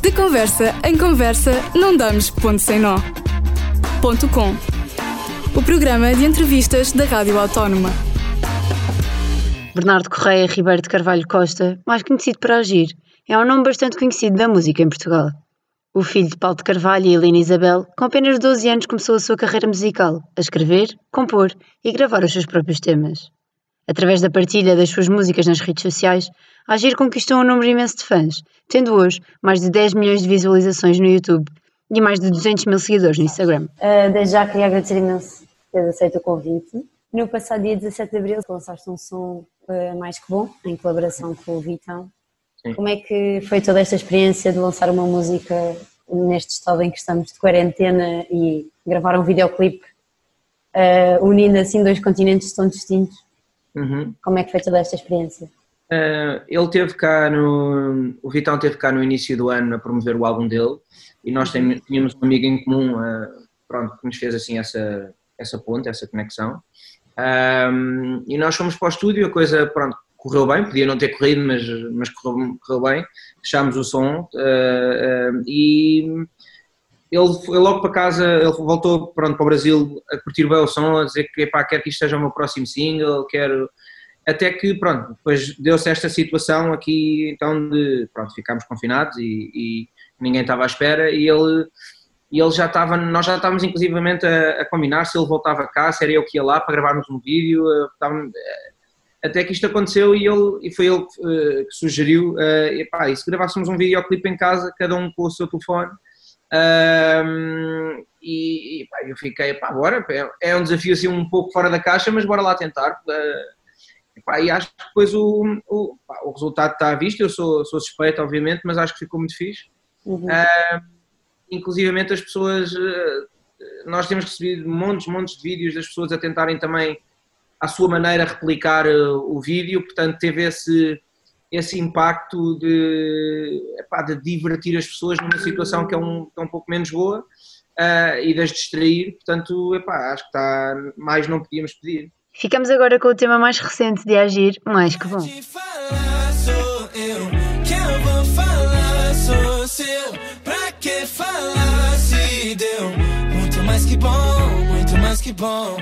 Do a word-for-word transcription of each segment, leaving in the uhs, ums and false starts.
De conversa em conversa, não damos ponto sem nó. Ponto com. O programa de entrevistas da Rádio Autónoma. Bernardo Correia Ribeiro de Carvalho Costa, mais conhecido por Agir, é um nome bastante conhecido da música em Portugal. O filho de Paulo de Carvalho e Helena Isabel, com apenas doze anos começou a sua carreira musical, a escrever, compor e gravar os seus próprios temas. Através da partilha das suas músicas nas redes sociais, Agir conquistou um número imenso de fãs, tendo hoje mais de dez milhões de visualizações no YouTube e mais de duzentos mil seguidores no Instagram. Uh, desde já queria agradecer imenso ter aceito o convite. No passado dia dezassete de abril lançaste um som uh, Mais Que Bom, em colaboração com o Vitão. Sim. Como é que foi toda esta experiência de lançar uma música neste estado em que estamos de quarentena e gravar um videoclipe uh, unindo assim dois continentes tão distintos? Uhum. Como é que foi toda esta experiência? Uh, ele teve cá no... O Vitão teve cá no início do ano a promover o álbum dele e nós tínhamos um amigo em comum uh, pronto, que nos fez assim essa, essa ponte, essa conexão. Um, e nós fomos para o estúdio, a coisa pronto, correu bem, podia não ter corrido, mas, mas correu, correu bem. Fechámos o som uh, uh, e ele foi logo para casa, ele voltou pronto, para o Brasil a curtir bem o som, a dizer que epá, quero que isto seja o meu próximo single, quero... Até que, pronto, depois deu-se esta situação aqui, então, de, pronto, ficámos confinados e, e ninguém estava à espera e ele, e ele já estava, nós já estávamos inclusivamente a, a combinar se ele voltava cá, se era eu que ia lá para gravarmos um vídeo, estávamos, até que isto aconteceu e, ele, e foi ele uh, que sugeriu, uh, epá, e se gravássemos um videoclipe em casa, cada um com o seu telefone, uh, e, e pá, eu fiquei, epá, bora, é, é um desafio assim um pouco fora da caixa, mas bora lá tentar. Uh, Epá, e acho que depois o, o, pá, o resultado está à vista, eu sou, sou suspeito obviamente, mas acho que ficou muito fixe. Uhum. Uh, inclusivamente as pessoas, uh, nós temos recebido montes, montes de vídeos das pessoas a tentarem também à sua maneira replicar uh, o vídeo, portanto teve esse, esse impacto de, epá, de divertir as pessoas numa situação que é um, que é um pouco menos boa uh, e de as distrair, portanto epá, acho que está, mais não podíamos pedir. Ficamos agora com o tema mais recente de Agir, Mais Que Bom. Muito mais que bom, muito mais que bom.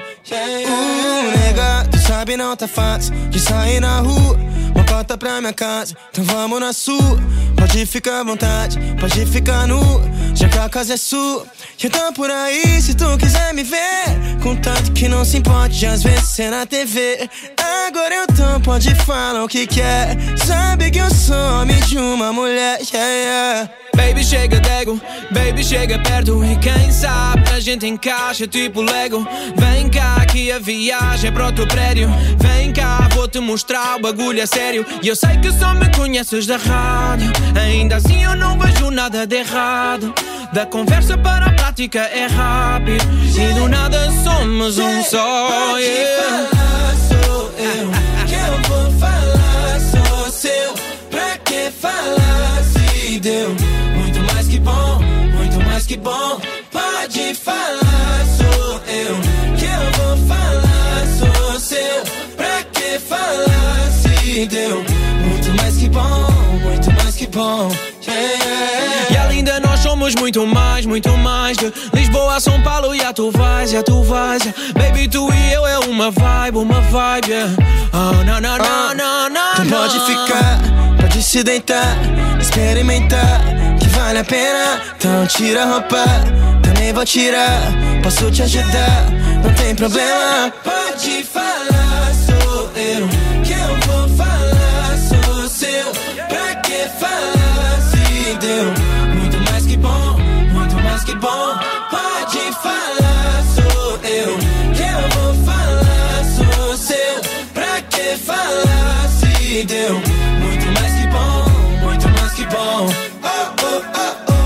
Uh, nega, tu sabe não tá fácil de sair na rua. Uma cota pra minha casa, então vamos na sua. Pode ficar à vontade, pode ficar nu, já que a casa é sua. Então por aí, se tu quiser me ver, contanto que não se importe, às vezes ser na T V. Agora então pode falar o que quer, sabe que eu sou homem de uma mulher, yeah, yeah. Baby chega dego, baby chega perto e quem sabe a gente encaixa tipo Lego. Vem cá que a viagem é para o teu prédio. Vem cá, vou te mostrar o bagulho é sério. E eu sei que só me conheces da rádio, ainda assim eu não vejo nada de errado. Da conversa para a prática é rápido e do nada somos um só, yeah. Falar sou eu, que eu vou falar sou seu. Pra que falar se deu? Muito mais que bom, muito mais que bom. Pode falar sou eu, que eu vou falar sou seu. Pra que falar se deu? Muito mais que bom, muito mais que bom, yeah. E além de nós somos muito mais, muito mais. De Lisboa a São Paulo e a tu vais, e a tu vais. Baby, tu e eu é uma vibe, uma vibe, yeah. Oh, não, não, não, não, não. Tu pode ficar, pode se deitar, experimentar, que vale a pena. Então tira a roupa, também vou tirar. Posso te ajudar, não tem problema. Pode falar, sou eu, que eu vou falar, sou seu. Pra que falar se deu? Muito mais que bom, muito mais que bom. Pode falar, sou eu, que eu vou falar, sou seu. Pra que falar se deu? Muito mais que bom, muito mais que bom. Oh, oh, oh, oh.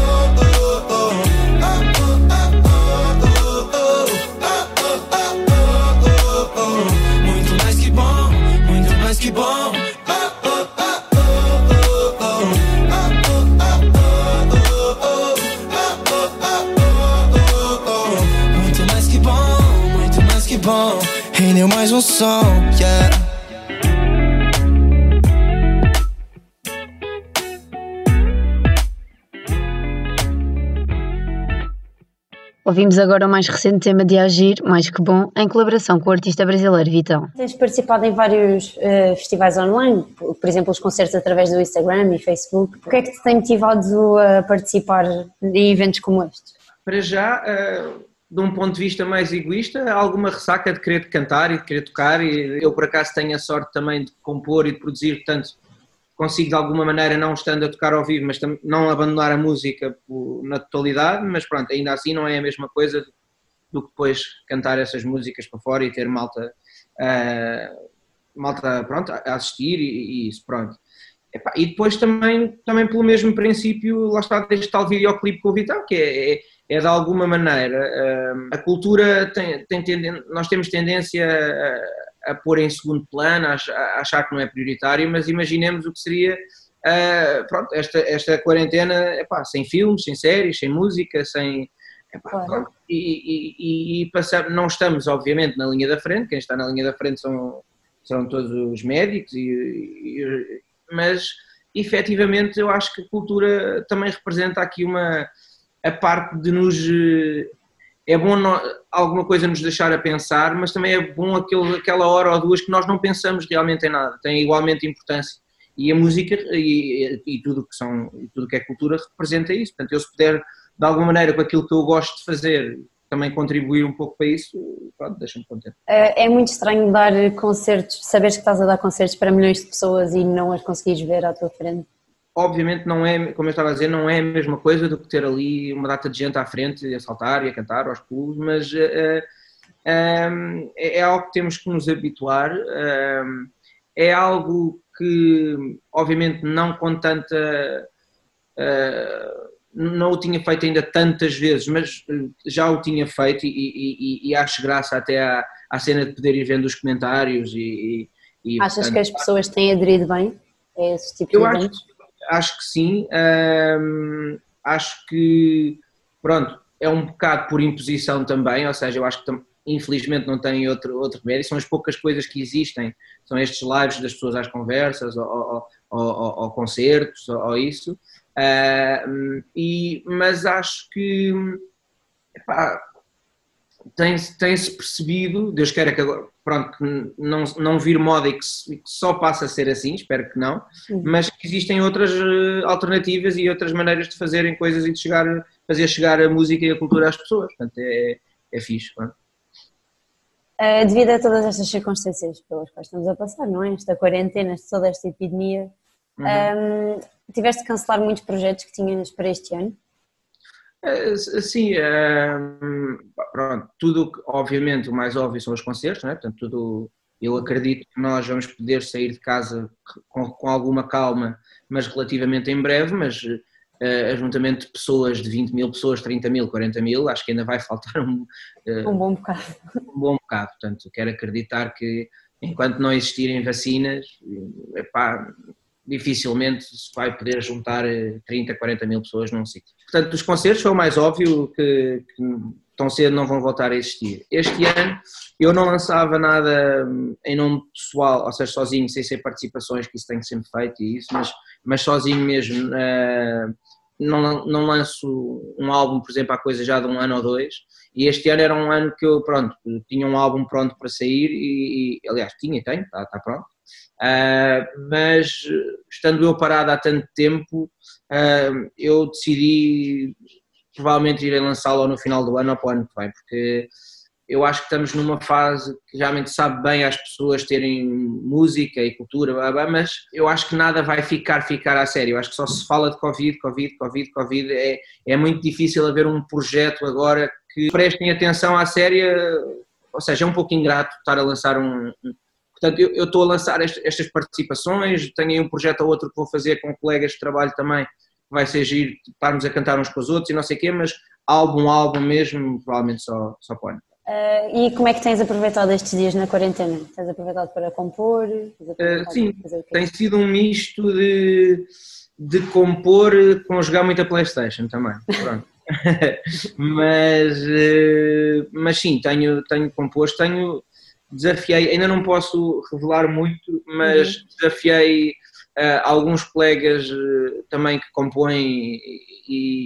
Que bom, oh, oh, oh, oh, oh, oh, oh. Muito mais que bom, muito mais que bom. Rendeu mais um som, yeah. Ouvimos agora o mais recente tema de Agir, Mais Que Bom, em colaboração com o artista brasileiro Vitão. Tens participado em vários uh, festivais online, por, por exemplo, os concertos através do Instagram e Facebook. O que é que te tem motivado a participar em eventos como estes? Para já, uh, de um ponto de vista mais egoísta, há alguma ressaca de querer cantar e de querer tocar, e eu por acaso tenho a sorte também de compor e de produzir, portanto consigo de alguma maneira, não estando a tocar ao vivo, mas não abandonar a música na totalidade, mas pronto, ainda assim não é a mesma coisa do que depois cantar essas músicas para fora e ter malta, uh, malta pronto, a assistir e, e isso, pronto. Epá, e depois também, também pelo mesmo princípio, lá está deste tal videoclipe com o Vitão, que é, é, é de alguma maneira, uh, a cultura tem, tem tendência, nós temos tendência a a pôr em segundo plano, a achar que não é prioritário, mas imaginemos o que seria uh, pronto, esta, esta quarentena epá, sem filmes, sem séries, sem música, sem... Epá, claro. E, e, e passar, não estamos, obviamente, na linha da frente, quem está na linha da frente são, são todos os médicos, e, e, mas efetivamente eu acho que a cultura também representa aqui uma, a parte de nos... É bom no, alguma coisa nos deixar a pensar, mas também é bom aquele, aquela hora ou duas que nós não pensamos realmente em nada, tem igualmente importância. E a música e, e tudo que são, tudo que é cultura representa isso. Portanto, eu se puder, de alguma maneira, com aquilo que eu gosto de fazer, também contribuir um pouco para isso, pronto, deixa-me contente. É, é muito estranho dar concertos, saberes que estás a dar concertos para milhões de pessoas e não as conseguires ver à tua frente. Obviamente não é, como eu estava a dizer, não é a mesma coisa do que ter ali uma data de gente à frente a saltar e a cantar aos pulos, mas uh, uh, é algo que temos que nos habituar, uh, é algo que obviamente não com tanta, uh, não o tinha feito ainda tantas vezes, mas já o tinha feito e, e, e acho graça até à, à cena de poder ir vendo os comentários e... e Achas portanto, que as pessoas têm aderido bem a esse tipo de eu eventos? Acho, Acho que sim, hum, acho que, pronto, é um bocado por imposição também, ou seja, eu acho que infelizmente não tem outro, outro remédio, são as poucas coisas que existem, são estes lives das pessoas às conversas, ou, ou, ou, ou, ou concertos, ou, ou isso, uh, e, mas acho que, epá, tem-se tem-se percebido, Deus queira que agora, pronto, que não, não vir moda e que, que só passe a ser assim, espero que não, uhum. Mas que existem outras alternativas e outras maneiras de fazerem coisas e de chegar, fazer chegar a música e a cultura às pessoas, portanto é, é fixe. Pronto. Uh, devido a todas estas circunstâncias pelas quais estamos a passar, não é? Esta quarentena, toda esta epidemia, uhum. um, tiveste de cancelar muitos projetos que tinhas para este ano? Sim, pronto, tudo, obviamente o mais óbvio são os concertos, não é? Portanto, tudo, eu acredito que nós vamos poder sair de casa com, com alguma calma, mas relativamente em breve, mas uh, ajuntamento de pessoas, de vinte mil pessoas, trinta mil, quarenta mil, acho que ainda vai faltar um, uh, um bom bocado. Um bom bocado, portanto, quero acreditar que enquanto não existirem vacinas, epá, dificilmente se vai poder juntar trinta, quarenta mil pessoas num sítio. Portanto, os concertos foi o mais óbvio que, que tão cedo não vão voltar a existir. Este ano eu não lançava nada em nome pessoal, ou seja, sozinho, sem ser participações, que isso tem sempre feito e isso, mas, mas sozinho mesmo. Uh, não, não lanço um álbum, por exemplo, há coisa já de um ano ou dois, e este ano era um ano que eu, pronto, tinha um álbum pronto para sair e, e aliás, tinha e tenho, está, está pronto. Uh, mas estando eu parado há tanto tempo, uh, eu decidi provavelmente ir lançá-lo no final do ano ou para o ano que vem, porque eu acho que estamos numa fase que realmente sabe bem às pessoas terem música e cultura, blá, blá, mas eu acho que nada vai ficar, ficar a sério. Eu acho que só se fala de Covid, Covid, Covid, Covid. É, é muito difícil haver um projeto agora que prestem atenção à séria, ou seja, é um pouco ingrato estar a lançar um... um portanto, eu, eu estou a lançar este, estas participações, tenho aí um projeto ou outro que vou fazer com colegas de trabalho também, que vai ser giro, estarmos a cantar uns com os outros e não sei o quê, mas álbum, álbum mesmo, provavelmente só, só para o ano. Uh, e como é que tens aproveitado estes dias na quarentena? Tens aproveitado para compor? Uh, sim, tem sido um misto de, de compor com jogar muita PlayStation também, pronto. mas, uh, mas sim, tenho, tenho composto, tenho, desafiei, ainda não posso revelar muito, mas uhum. desafiei uh, alguns colegas uh, também que compõem e,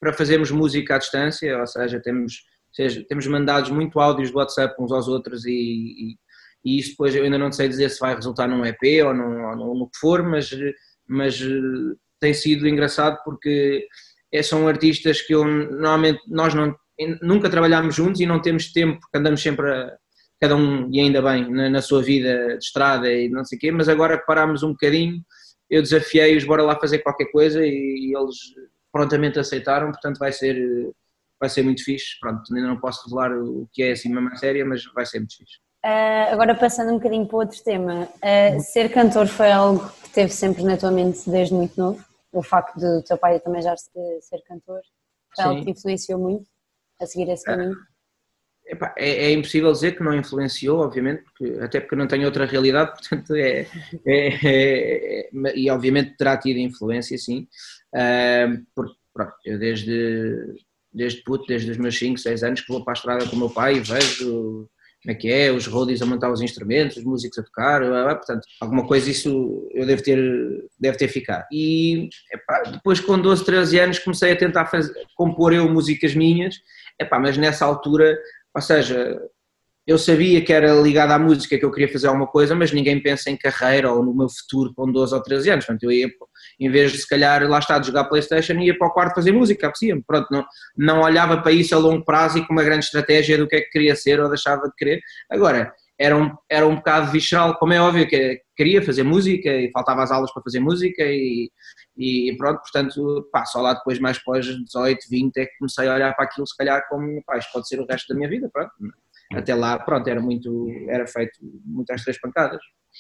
para fazermos música à distância, ou seja, temos, seja, temos mandados muito áudios do WhatsApp uns aos outros e, e, e isso depois eu ainda não sei dizer se vai resultar num E P ou, num, ou no, no que for, mas, mas tem sido engraçado porque são artistas que eu, normalmente nós não, nunca trabalhámos juntos e não temos tempo, porque andamos sempre a, cada um, e ainda bem, na, na sua vida de estrada e não sei o quê, mas agora que parámos um bocadinho, eu desafiei-os, bora lá fazer qualquer coisa e, e eles prontamente aceitaram, portanto vai ser, vai ser muito fixe. Pronto, ainda não posso revelar o que é assim mesmo a séria, mas vai ser muito fixe. Uh, agora passando um bocadinho para outro tema, uh, ser cantor foi algo que teve sempre na tua mente desde muito novo? O facto do teu pai também já ser cantor foi algo que te influenciou muito a seguir esse caminho? Epá, é, é impossível dizer que não influenciou, obviamente, porque, até porque eu não tenho outra realidade, portanto é, é, é, é e obviamente terá tido influência, sim, uh, porque pronto, eu desde, desde puto, desde os meus cinco, seis anos que vou para a estrada com o meu pai e vejo como é que é, os roadies a montar os instrumentos, os músicos a tocar, portanto, alguma coisa isso eu devo ter, deve ter ficado. E epá, depois com doze, treze anos comecei a tentar fazer, compor eu músicas minhas, epá, mas nessa altura, ou seja, eu sabia que era ligado à música, que eu queria fazer alguma coisa, mas ninguém pensa em carreira ou no meu futuro com doze ou treze anos, portanto eu ia, em vez de se calhar lá estar a jogar Playstation, ia para o quarto fazer música, apetecia-me, pronto, não, não olhava para isso a longo prazo e com uma grande estratégia do que é que queria ser ou deixava de querer. Agora, era um, era um bocado visceral, como é óbvio que queria fazer música e faltava as aulas para fazer música e, e pronto, portanto, pá, só lá depois mais pós dezoito, vinte é que comecei a olhar para aquilo se calhar como, pá, isto pode ser o resto da minha vida, pronto. Até lá, pronto, era muito, era feito muitas três pancadas.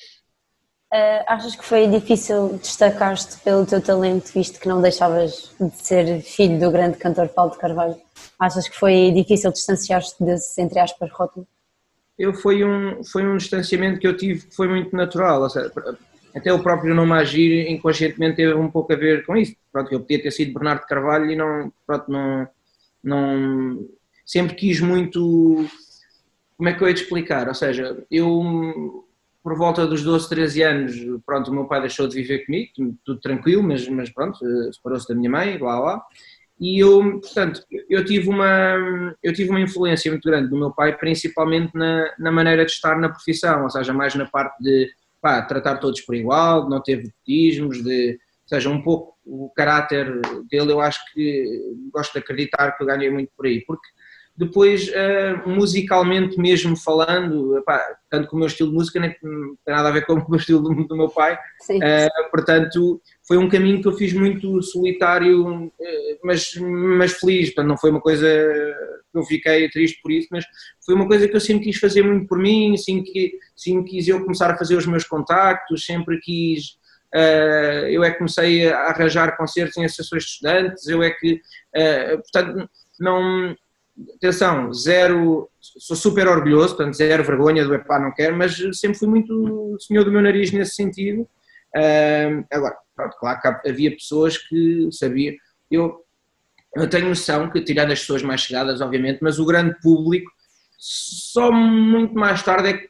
Uh, achas que foi difícil destacar-te pelo teu talento, visto que não deixavas de ser filho do grande cantor Paulo de Carvalho? Achas que foi difícil distanciar-te desse, entre aspas, rótulo? Eu, foi, um, foi um distanciamento que eu tive que foi muito natural, ou seja, até o próprio nome Agir inconscientemente teve um pouco a ver com isso. Pronto, eu podia ter sido Bernardo de Carvalho e não, pronto, não, não, sempre quis muito... Como é que eu ia te explicar? Ou seja, eu, por volta dos doze, treze anos, pronto, o meu pai deixou de viver comigo, tudo tranquilo, mas, mas pronto, separou-se da minha mãe, lá, lá. E eu, portanto, eu tive uma, eu tive uma influência muito grande do meu pai, principalmente na, na maneira de estar na profissão, ou seja, mais na parte de, pá, tratar todos por igual, de não ter vedetismos, de, ou seja, um pouco o caráter dele, eu acho que, gosto de acreditar que eu ganhei muito por aí, porque depois, uh, musicalmente mesmo falando, epá, tanto com o meu estilo de música, nem tem nada a ver com o meu estilo do, do meu pai, uh, portanto, foi um caminho que eu fiz muito solitário, uh, mas, mas feliz, portanto, não foi uma coisa que eu fiquei triste por isso, mas foi uma coisa que eu sempre quis fazer muito por mim, sempre, sempre quis eu começar a fazer os meus contactos, sempre quis... Uh, eu é que comecei a arranjar concertos em associações de estudantes, eu é que, uh, portanto, não... Atenção, zero, sou super orgulhoso, portanto zero vergonha do epá, não quero, mas sempre fui muito senhor do meu nariz nesse sentido. Uh, agora, pronto, claro que havia pessoas que sabiam, eu, eu tenho noção que, tirando as pessoas mais chegadas, obviamente, mas o grande público, só muito mais tarde é que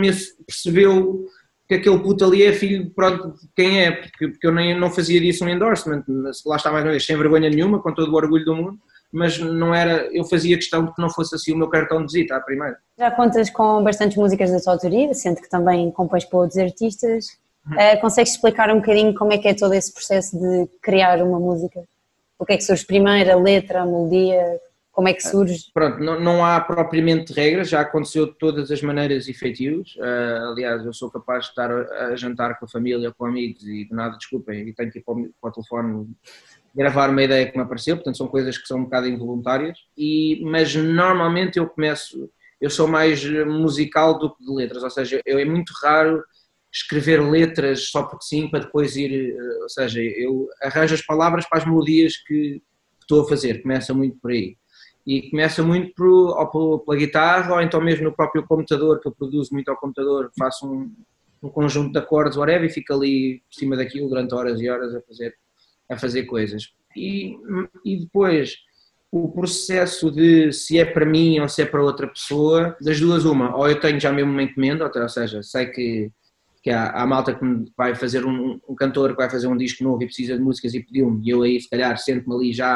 percebeu que aquele puto ali é filho, pronto, de quem é, porque, porque eu nem, não fazia disso um endorsement, lá está mais uma vez, sem vergonha nenhuma, com todo o orgulho do mundo, mas não era, eu fazia questão de que não fosse assim o meu cartão de visita à primeira. Já contas com bastantes músicas da tua autoria, sendo que também compões para outros artistas. Uhum. Uh, consegues explicar um bocadinho como é que é todo esse processo de criar uma música? O que é que surge primeiro, a letra, a melodia, como é que surge? Pronto, não, não há propriamente regras, já aconteceu de todas as maneiras e feitios. Uh, aliás, eu sou capaz de estar a, a jantar com a família, com amigos e de nada, desculpem, e tenho que ir para o, para o telefone gravar uma ideia que me apareceu, portanto são coisas que são um bocado involuntárias, e, mas normalmente eu começo, eu sou mais musical do que de letras, ou seja, eu, é muito raro escrever letras só porque sim, para depois ir, ou seja, eu arranjo as palavras para as melodias que estou a fazer, começa muito por aí. E começa muito por, ou pela guitarra, ou então mesmo no próprio computador, que eu produzo muito ao computador, faço um, um conjunto de acordes, whatever, e fico ali por cima daquilo durante horas e horas a fazer a fazer coisas. E, e depois, o processo de se é para mim ou se é para outra pessoa, das duas uma, ou eu tenho já mesmo uma encomenda, ou seja, sei que, que há, há malta que vai fazer um, um cantor que vai fazer um disco novo e precisa de músicas e pediu-me, e eu aí se calhar sento-me ali já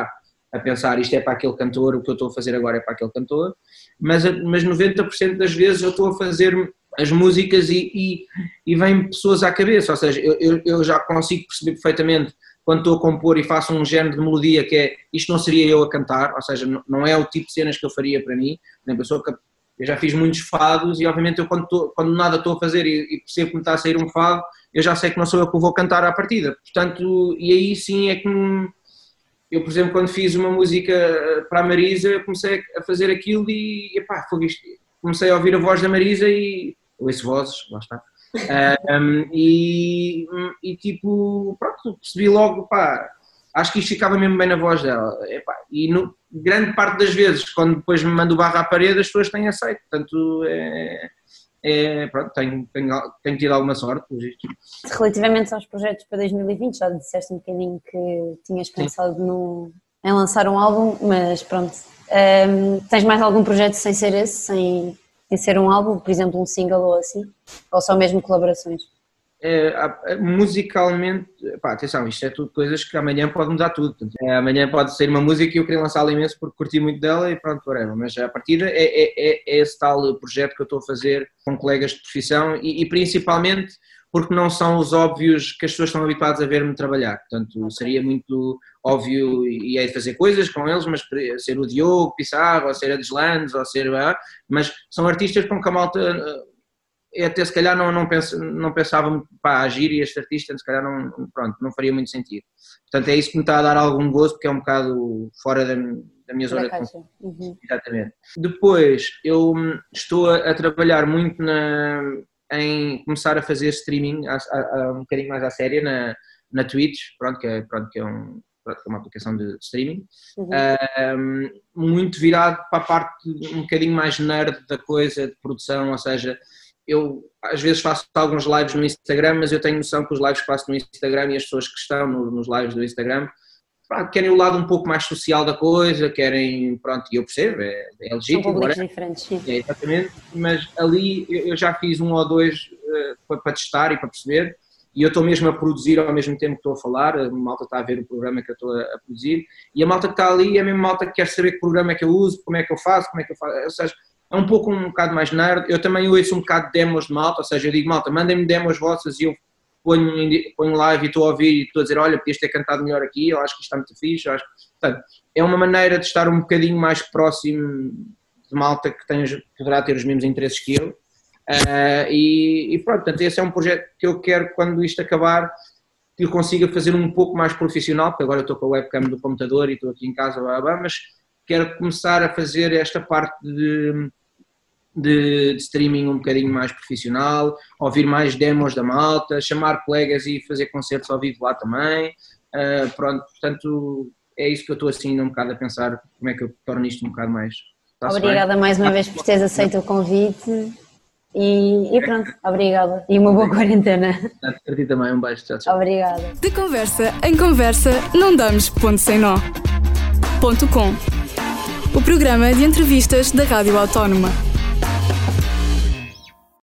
a pensar isto é para aquele cantor, o que eu estou a fazer agora é para aquele cantor, mas, mas noventa por cento das vezes eu estou a fazer as músicas e, e, e vêm pessoas à cabeça, ou seja, eu, eu, eu já consigo perceber perfeitamente quando estou a compor e faço um género de melodia que é, isto não seria eu a cantar, ou seja, não, não é o tipo de cenas que eu faria para mim, por exemplo, eu, sou, eu já fiz muitos fados e obviamente eu quando, estou, quando nada estou a fazer e, e percebo que me está a sair um fado, eu já sei que não sou eu que vou cantar à partida, portanto, e aí sim é que eu, por exemplo, quando fiz uma música para a Marisa, eu comecei a fazer aquilo e, epá, foi isto. Comecei a ouvir a voz da Marisa e ouço vozes, lá está, um, e, e tipo, pronto, percebi logo, pá, acho que isto ficava mesmo bem na voz dela, epá, e no, grande parte das vezes, quando depois me mando barra à parede, as pessoas têm aceito, portanto, é, é, pronto, tenho, tenho, tenho tido alguma sorte, por isto. Relativamente aos projetos para dois mil e vinte, já disseste um bocadinho que tinhas pensado no, em lançar um álbum, mas pronto, um, tens mais algum projeto sem ser esse, sem, sem ser um álbum, por exemplo um single ou assim, ou só mesmo colaborações? É, musicalmente, pá, atenção, isto é tudo coisas que amanhã pode mudar tudo, portanto, é, amanhã pode sair uma música e eu queria lançá-la imenso porque curti muito dela e pronto, whatever, mas a partida é, é, é, é esse tal projeto que eu estou a fazer com colegas de profissão e, e principalmente porque não são os óbvios que as pessoas estão habituadas a ver-me trabalhar, portanto seria muito óbvio e é de fazer coisas com eles, mas ser o Diogo Pissarro ou ser a Deslandes ou ser, mas são artistas com que a malta até se calhar não, não, pens, não pensava muito para agir e este artista se calhar não, pronto, não faria muito sentido. Portanto é isso que me está a dar algum gozo porque é um bocado fora da, da minha zona de conforto. Uhum. Exatamente. Depois eu estou a, a trabalhar muito na, em começar a fazer streaming a, a, a, um bocadinho mais à séria na, na Twitch, pronto, que é, pronto, que é um... que é uma aplicação de streaming, uhum. um, muito virado para a parte um bocadinho mais nerd da coisa, de produção, ou seja, eu às vezes faço alguns lives no Instagram, mas eu tenho noção que os lives que faço no Instagram e as pessoas que estão no, nos lives do Instagram pronto, querem o lado um pouco mais social da coisa, querem, pronto, e eu percebo, é, é legítimo. São públicos diferentes, sim. É, exatamente, mas ali eu já fiz um ou dois uh, para, para testar e para perceber, e eu estou mesmo a produzir ao mesmo tempo que estou a falar, a malta está a ver o programa que eu estou a, a produzir, e a malta que está ali é a mesma malta que quer saber que programa é que eu uso, como é que eu faço, como é que eu faço, ou seja, é um pouco um bocado mais nerd. Eu também ouço um bocado de demos de malta, ou seja, eu digo, malta, mandem-me demos vossas e eu ponho, ponho live e estou a ouvir e estou a dizer, olha, podias ter cantado melhor aqui, eu acho que isto está muito fixe, eu acho que... Portanto, é uma maneira de estar um bocadinho mais próximo de malta que tem, poderá ter os mesmos interesses que eu, uh, e, e pronto, portanto, esse é um projeto que eu quero, quando isto acabar, que eu consiga fazer um pouco mais profissional, porque agora eu estou com a webcam do computador e estou aqui em casa, blá, blá, mas quero começar a fazer esta parte de... De, de streaming um bocadinho mais profissional, ouvir mais demos da malta, chamar colegas e fazer concertos ao vivo lá também, uh, pronto, portanto é isso que eu estou assim um bocado a pensar, como é que eu torno isto um bocado mais... Obrigada bem? mais uma vez por teres aceito o convite e, e pronto, obrigada e uma boa quarentena. A ti também, um beijo, tchau, tchau. Obrigada. De conversa em conversa não damos ponto sem nó. Ponto com. O programa de entrevistas da Rádio Autónoma.